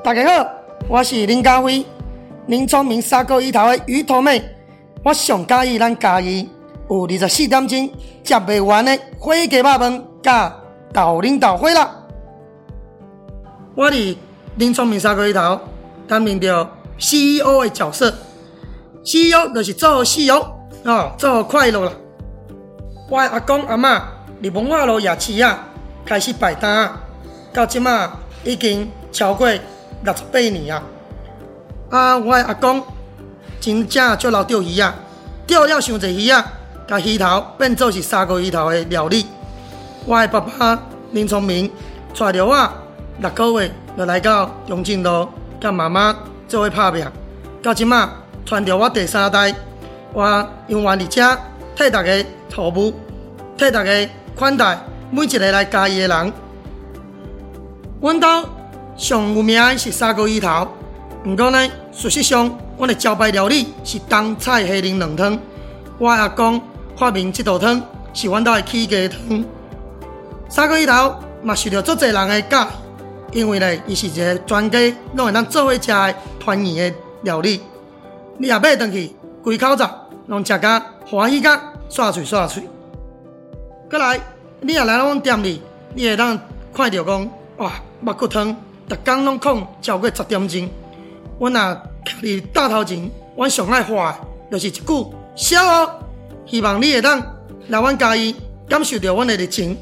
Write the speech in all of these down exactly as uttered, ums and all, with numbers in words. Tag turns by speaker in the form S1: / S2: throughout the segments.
S1: 大家好，我是林家辉，林聪明砂锅鱼头的鱼头妹。我上喜欢咱家己有二十四点钟吃袂完的火鸡肉饭加豆奶豆花啦。我伫林聪明砂锅鱼头担任着 C E O 的角色 ，C E O 就是做事业哦，做快乐啦。我的阿公阿嬷伫文化路夜市啊开始摆摊啊，到即马已经超过六十八年啊！啊，我的阿公真正足老钓鱼啊，钓了伤侪鱼啊，甲鱼头变做是砂锅鱼头的料理。我的爸爸林聪明带着我六个月就来到中正路，甲妈妈做伙拍拼，到即马传着我第三代，我永远伫遮替大家服务，替大家款待每一个来嘉义的人。阮兜上有名的是砂锅鱼头，不过呢，事实上，阮的招牌料理是冬菜虾仁卵汤。我阿公发明这道汤是阮兜的起家汤。砂锅鱼头嘛受到足侪人的喜爱，因为呢，伊是一个全家拢会当做伙食的团圆的料理。你也买回去，规口罩拢食甲欢喜甲刷嘴刷嘴。过来，你也来阮店里，你会当看到讲，哇，肉骨汤。逐工拢控超过十点钟，阮若徛伫大头前，阮上爱画的就是一句“笑哦”，希望你会当来阮嘉义感受到阮的热情。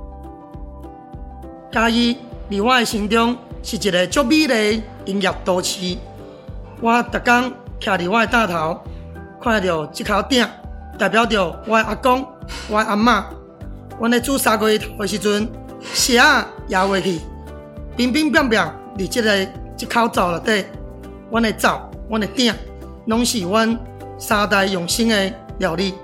S1: 嘉义伫我的心中是一个足美丽的音乐都市。我逐工徛伫我的大头，看到这口鼎，代表着我的阿公、我的阿嬷。阮咧煮砂锅鱼头的时阵，蛇啊压下去。平平平平伫即个即口灶内底，阮的灶、阮的鼎，拢是阮三代用心的料理。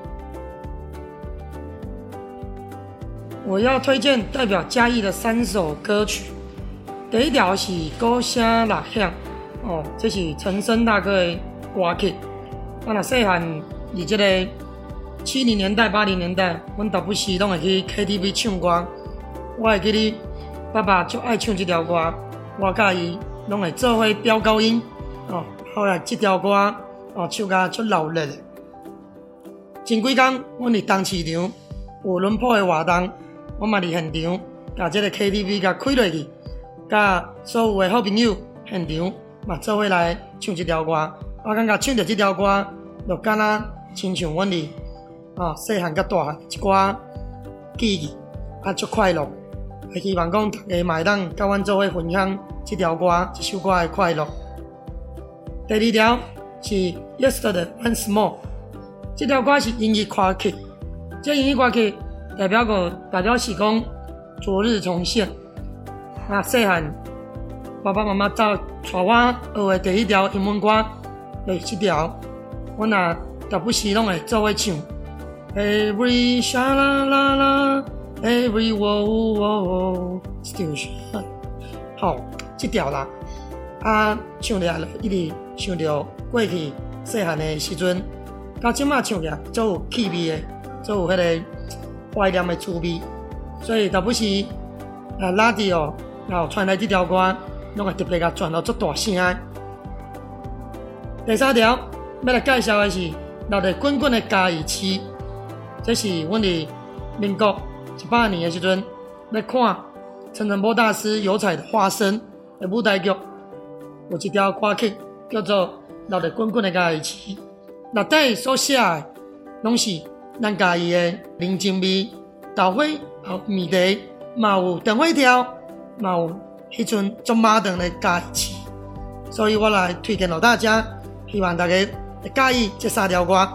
S1: 我要推荐代表嘉义的三首歌曲，第一条是《鼓声呐响》哦，这是陈升大哥的歌曲。我若细汉伫即个七零年代、八零年代，阮大不时拢会去 K T V 唱歌，我会记哩。爸爸就爱唱这条歌，我甲伊拢会做伙飙高音哦。后来这条歌哦唱甲足热烈的。前几天阮伫东市场有轮坡的活动，我嘛伫现场，甲这个 K T V 甲开落去，甲所有的好朋友现场嘛做伙来唱这条歌。我感觉唱着这条歌，就敢若亲像阮伫哦细汉甲大汉一寡记忆，啊足快乐。也希望讲大家嘛会当甲阮做伙分享这条歌，这首歌的快乐。第二条是 Yesterday Once More， 这条歌是英语歌曲，这英语歌曲代表个代表是讲昨日重现。那细汉爸爸妈妈带我学的第一条英文歌就是这条，我若逐不时拢会做伙唱。Every sha la la la。Every whoa whoa still shine， 好，这条啦，啊，唱起来一直想到过去细汉的时阵，到即马唱起来足有气味的，足有迄个怀念的滋味，所以倒不是啊，拉迪哦，然后传来这条歌，拢会特别甲传到足大声的。第三条要来介绍的是热热滚滚的嘉义市，这是阮伫民国一百年的时阵，要看陈澄波大师油彩的化身的舞台剧，有一条歌曲叫做《热热滚滚的嘉义市》，内底所写的拢是咱嘉义的人情味、豆花、还有面茶，嘛有电火跳，嘛有迄阵足马长的嘉义市，所以我来推荐给大家，希望大家会介意这三条歌。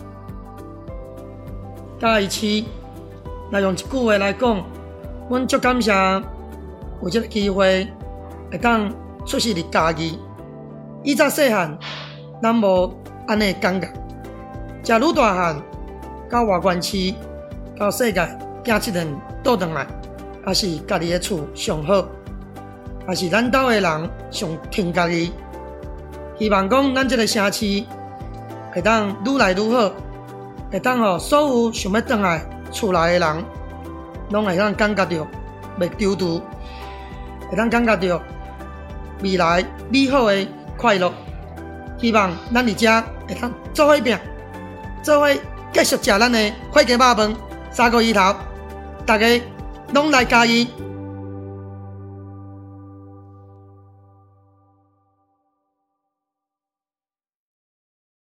S1: 嘉义市。来用一句话来讲，阮足感谢有这个机会会当出世伫嘉义。以前细汉，咱无安尼感觉，食愈大汉，到外县市，到世界行一阵倒转来，也是家己的厝上好，也是咱兜的人上听家己。希望讲咱这个城市会当愈来愈好，会当互所有想要转来厝内的人，拢会当感觉到袂丢除，会当感觉到未来美好的快乐。希望咱伫遮会通做伙拼，做伙继续食咱的火鸡肉饭、砂锅鱼头，大家拢来加油！